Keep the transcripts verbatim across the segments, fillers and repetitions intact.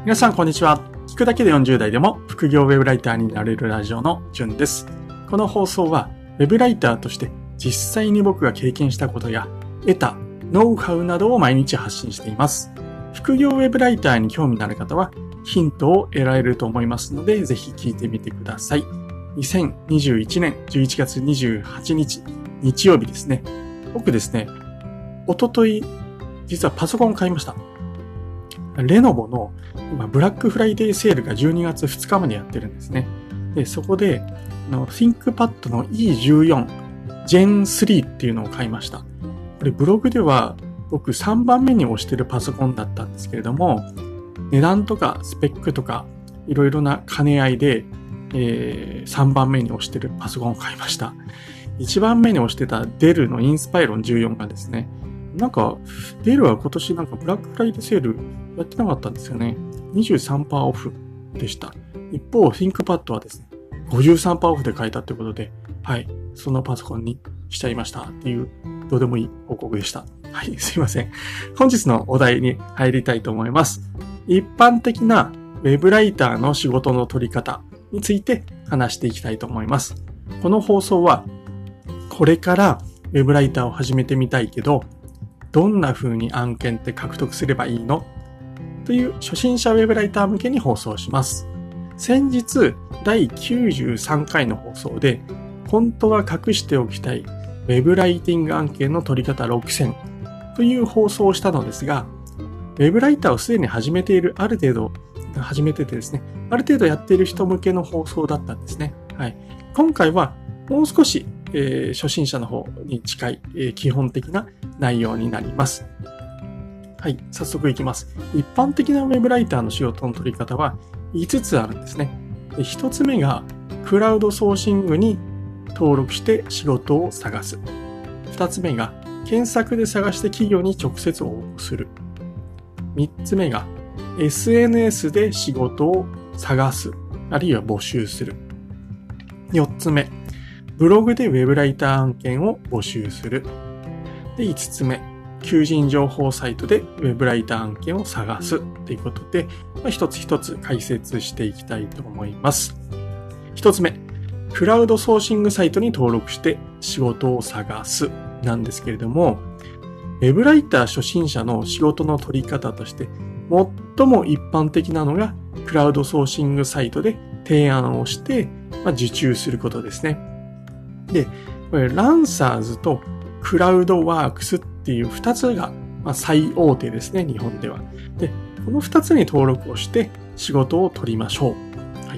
皆さんこんにちは。聞くだけでよんじゅう代でも副業ウェブライターになれるラジオのじゅんです。この放送はウェブライターとして実際に僕が経験したことや得たノウハウなどを毎日発信しています。副業ウェブライターに興味のある方はヒントを得られると思いますので、ぜひ聞いてみてください。にせんにじゅういちねんじゅういちがつにじゅうはちにち日曜日ですね。僕ですね、おととい実はパソコンを買いました。レノボの今ブラックフライデーセールがじゅうにがつふつかまでやってるんですね。で、そこであの ThinkPad の イーじゅうよん ジェンスリー っていうのを買いました。これブログでは僕さんばんめに推してるパソコンだったんですけれども、値段とかスペックとかいろいろな兼ね合いで、えー、さんばんめに推してるパソコンを買いました。いちばんめに推してたデルのインスパイロンじゅうよんがですね、なんかデルは今年なんかブラックフライデーセールやってなかったんですよね。にじゅうさんパーセント オフでした。一方 ThinkPad はですね ごじゅうさんパーセント オフで買えたということで、はい、そのパソコンにしちゃいましたっていうどうでもいい報告でした。はい、すいません。本日のお題に入りたいと思います。一般的なウェブライターの仕事の取り方について話していきたいと思います。この放送はこれからウェブライターを始めてみたいけど、どんな風に案件って獲得すればいいのという初心者ウェブライター向けに放送します。先日だいきゅうじゅうさんかいの放送で、本当は隠しておきたいウェブライティング案件の取り方ろくせんという放送をしたのですが、ウェブライターをすでに始めている、ある程度始めててですね、ある程度やっている人向けの放送だったんですね。はい。今回はもう少し、えー、初心者の方に近い、えー、基本的な内容になります。はい、早速いきます。一般的なウェブライターの仕事の取り方はいつつあるんですね。ひとつめがクラウドソーシングに登録して仕事を探す。ふたつめが検索で探して企業に直接応募する。みっつめが エスエヌエス で仕事を探す、あるいは募集する。よっつめ、ブログでウェブライター案件を募集する。で、いつつめ、求人情報サイトでウェブライター案件を探すということで、まあ、一つ一つ解説していきたいと思います。一つ目、クラウドソーシングサイトに登録して仕事を探すなんですけれども、ウェブライター初心者の仕事の取り方として最も一般的なのがクラウドソーシングサイトで提案をして、まあ、受注することですね。で、これランサーズとクラウドワークスっていう二つが、まあ、最大手ですね、日本では。で、この二つに登録をして仕事を取りましょう。はい。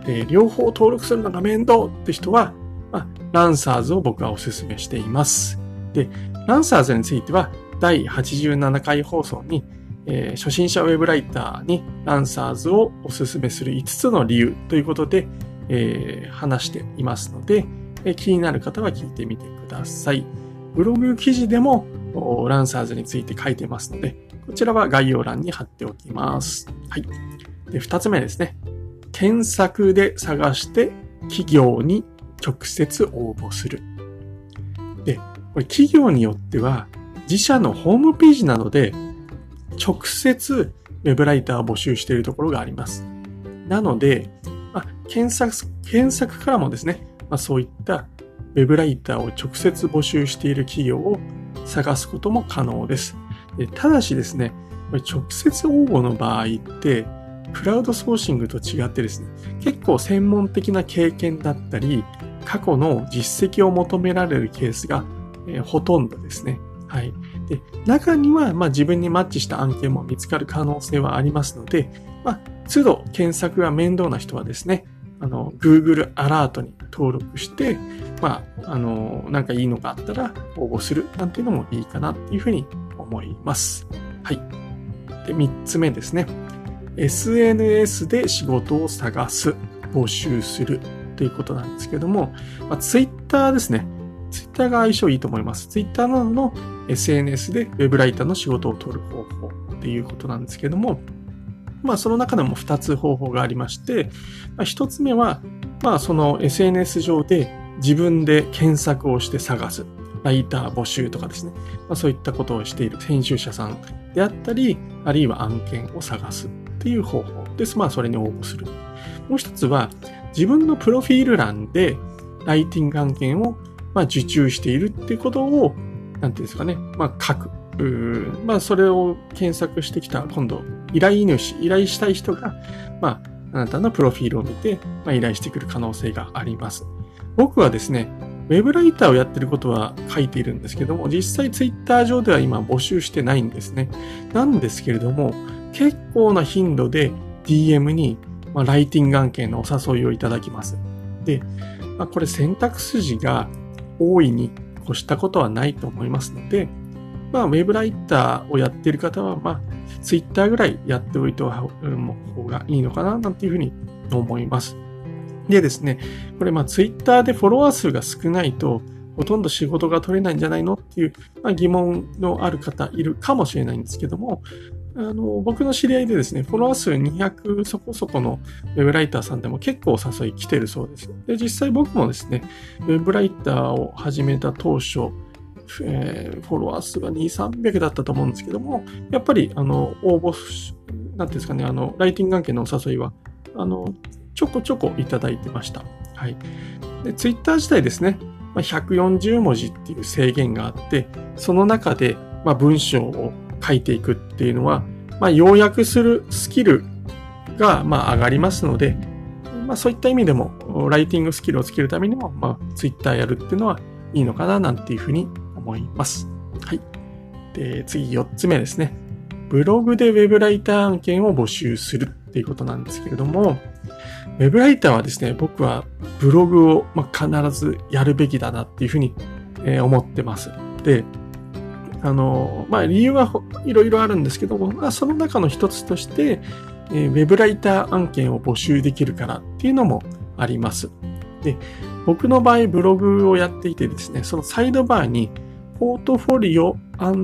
で、両方登録するのが面倒って人は、まあ、ランサーズを僕はお勧めしています。で、ランサーズについてはだいはちじゅうななかい放送に、えー、初心者ウェブライターにランサーズをお勧めするいつつの理由ということで、えー、話していますので、えー、気になる方は聞いてみてください。ブログ記事でもランサーズについて書いてますので、こちらは概要欄に貼っておきます。はい。で、二つ目ですね。検索で探して企業に直接応募する。で、これ企業によっては自社のホームページなどで直接ウェブライターを募集しているところがあります。なので、まあ、検索、検索からもですね、まあ、そういったウェブライターを直接募集している企業を探すことも可能です。で、ただしですね、直接応募の場合って、クラウドソーシングと違ってですね、結構専門的な経験だったり、過去の実績を求められるケースが、えー、ほとんどですね。はい。で、中には、まあ、自分にマッチした案件も見つかる可能性はありますので、まあ、都度検索が面倒な人はですね、あの、Google アラートに登録して、まあ、あの、なんかいいのがあったら応募するなんていうのもいいかなっていうふうに思います。はい。で、三つ目ですね。エスエヌエス で仕事を探す、募集するということなんですけども、まあ、Twitter ですね。Twitter が相性いいと思います。Twitter などの エスエヌエス でウェブライターの仕事を取る方法っていうことなんですけども、まあその中でもふたつ方法がありまして、まあ、ひとつめは、まあその エスエヌエス 上で自分で検索をして探す。ライター募集とかですね。まあ、そういったことをしている編集者さんであったり、あるいは案件を探すっっていう方法です。まあ、それに応募する。もう一つは、自分のプロフィール欄でライティング案件をまあ受注しているっていうことを、なんていうんですかね、まあ書く。まあそれを検索してきた、今度、依頼主、依頼したい人が、まあ、あなたのプロフィールを見て、まあ依頼してくる可能性があります。僕はですね、ウェブライターをやってることは書いているんですけども、実際ツイッター上では今募集してないんですね。なんですけれども、結構な頻度で ディーエム に、まあ、ライティング案件のお誘いをいただきます。で、まあ、これ選択筋が大いに越したことはないと思いますので、まあ、ウェブライターをやっている方は、まあ、ツイッターぐらいやっておいた方がいいのかな、なんていうふうに思います。でですね、これ、まあ、ツイッターでフォロワー数が少ないと、ほとんど仕事が取れないんじゃないのっていう、まあ、疑問のある方いるかもしれないんですけども、あの、僕の知り合いでですね、フォロワー数にひゃくそこそこのウェブライターさんでも結構お誘い来てるそうです。で、実際僕もですね、ウェブライターを始めた当初、えー、フォロワー数がにひゃく、さんびゃくだったと思うんですけども、やっぱり、あの、応募、なんていうんですかね、あの、ライティング関係のお誘いは、あの、ちょこちょこいただいてました。はい。で、ツイッター自体ですね、ひゃくよんじゅうもじっていう制限があって、その中で、まあ、文章を書いていくっていうのは、まあ、要約するスキルが、まあ、上がりますので、まあ、そういった意味でも、ライティングスキルをつけるためにも、まあ、ツイッターやるっていうのはいいのかな、なんていうふうに思います。はい。で、次よっつめですね。ブログでウェブライター案件を募集するっていうことなんですけれども、ウェブライターはですね、僕はブログを、まあ、必ずやるべきだなっていうふうに、えー、思ってます。で、あの、まあ、理由はいろいろあるんですけども、まあ、その中の一つとして、えー、ウェブライター案件を募集できるからっていうのもあります。で、僕の場合ブログをやっていてですね、そのサイドバーにポートフォリオ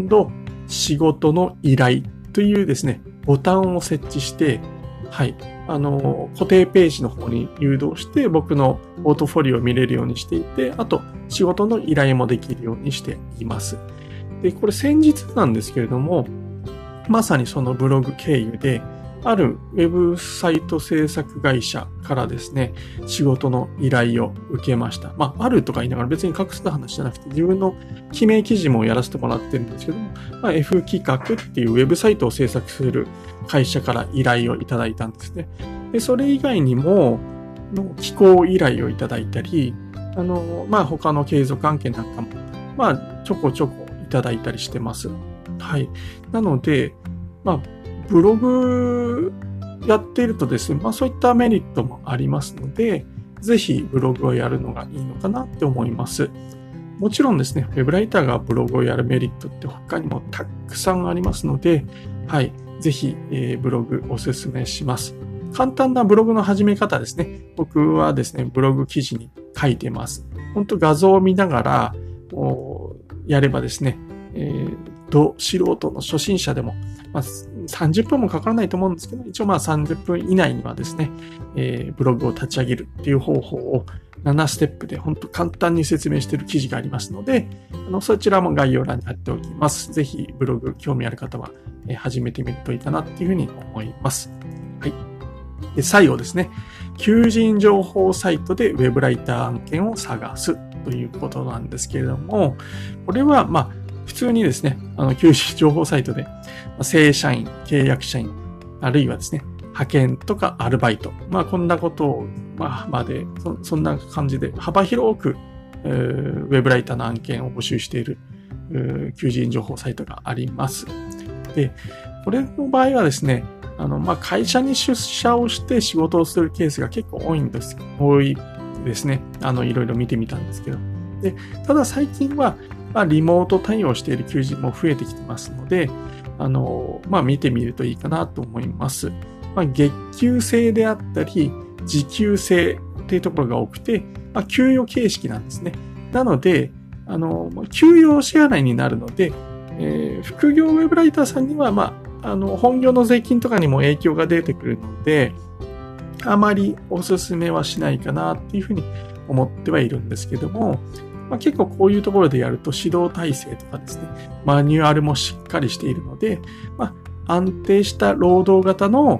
&仕事の依頼というですね、ボタンを設置して、はい、あの、固定ページの方に誘導して僕のポートフォリオを見れるようにしていて、あと仕事の依頼もできるようにしています。で、これ先日なんですけれども、まさにそのブログ経由で、あるウェブサイト制作会社からですね、仕事の依頼を受けました。まあ、あるとか言いながら別に隠す話じゃなくて、自分の記名記事もやらせてもらってるんですけども、まあ、F 企画っていうウェブサイトを制作する会社から依頼をいただいたんですね。で、それ以外にも、寄稿依頼をいただいたり、あの、まあ、他の継続案件なんかも、まあ、ちょこちょこいただいたりしてます。はい。なので、まあ、ブログやっているとですね、まあそういったメリットもありますので、ぜひブログをやるのがいいのかなって思います。もちろんですね、ウェブライターがブログをやるメリットって他にもたくさんありますので、はい。ぜひ、えー、ブログおすすめします。簡単なブログの始め方ですね。僕はですね、ブログ記事に書いてます。本当画像を見ながら、やればですね、えー、ど素人の初心者でも、まあ、さんじゅっぷんもかからないと思うんですけど、一応まあさんじゅっぷん以内にはですね、えー、ブログを立ち上げるっていう方法をななステップで本当簡単に説明している記事がありますので、あのそちらも概要欄に貼っておきます。ぜひブログ興味ある方は、えー、始めてみるといいかなっていうふうに思います。はい。で、最後ですね。求人情報サイトでウェブライター案件を探すということなんですけれども、これはまあ普通にですね、あの求人情報サイトで正社員、契約社員、あるいはですね、派遣とかアルバイト。まあこんなことを、まあまでそ、そんな感じで幅広く、えー、ウェブライターの案件を募集している、えー、求人情報サイトがあります。で、これの場合はですね、あの、まあ会社に出社をして仕事をするケースが結構多いんです。多いですね。あの、いろいろ見てみたんですけど。で、ただ最近は、まあ、リモート対応している求人も増えてきてますので、あの、まあ、見てみるといいかなと思います。まあ、月給制であったり、時給制っていうところが多くて、まあ、給与形式なんですね。なので、あの、給与支払いになるので、えー、副業ウェブライターさんには、まあ、あの、本業の税金とかにも影響が出てくるので、あまりおすすめはしないかなっていうふうに思ってはいるんですけども、まあ、結構こういうところでやると指導体制とかですね、マニュアルもしっかりしているので、まあ、安定した労働型の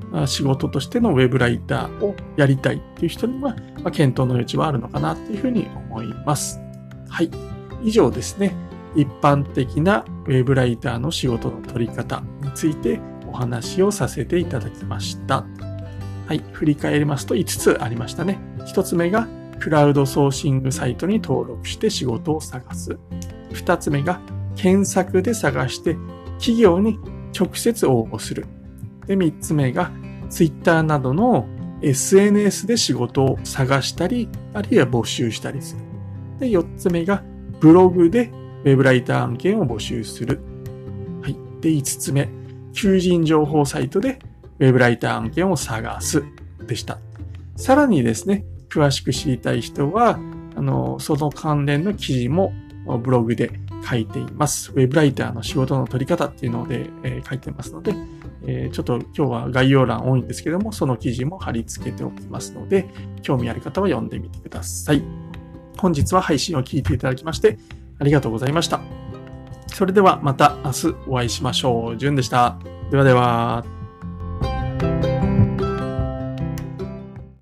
仕事としてのウェブライターをやりたいっていう人には、まあ、検討の余地はあるのかなっていうふうに思います。はい。以上ですね。一般的なウェブライターの仕事の取り方についてお話をさせていただきました。はい。振り返りますといつつありましたね。ひとつめがクラウドソーシングサイトに登録して仕事を探す。ふたつめが検索で探して企業に直接応募する。で、みっつめがツイッターなどの エスエヌエス で仕事を探したり、あるいは募集したりする。で、よっつめがブログでウェブライター案件を募集する。はい。で、いつつめ、求人情報サイトでウェブライター案件を探すでした。さらにですね、詳しく知りたい人は、あの、その関連の記事もブログで書いています。ウェブライターの仕事の取り方っていうので、えー、書いてますので、えー、ちょっと今日は概要欄多いんですけども、その記事も貼り付けておきますので、興味ある方は読んでみてください。本日は配信を聞いていただきましてありがとうございました。それではまた明日お会いしましょう。じゅんでした。ではでは。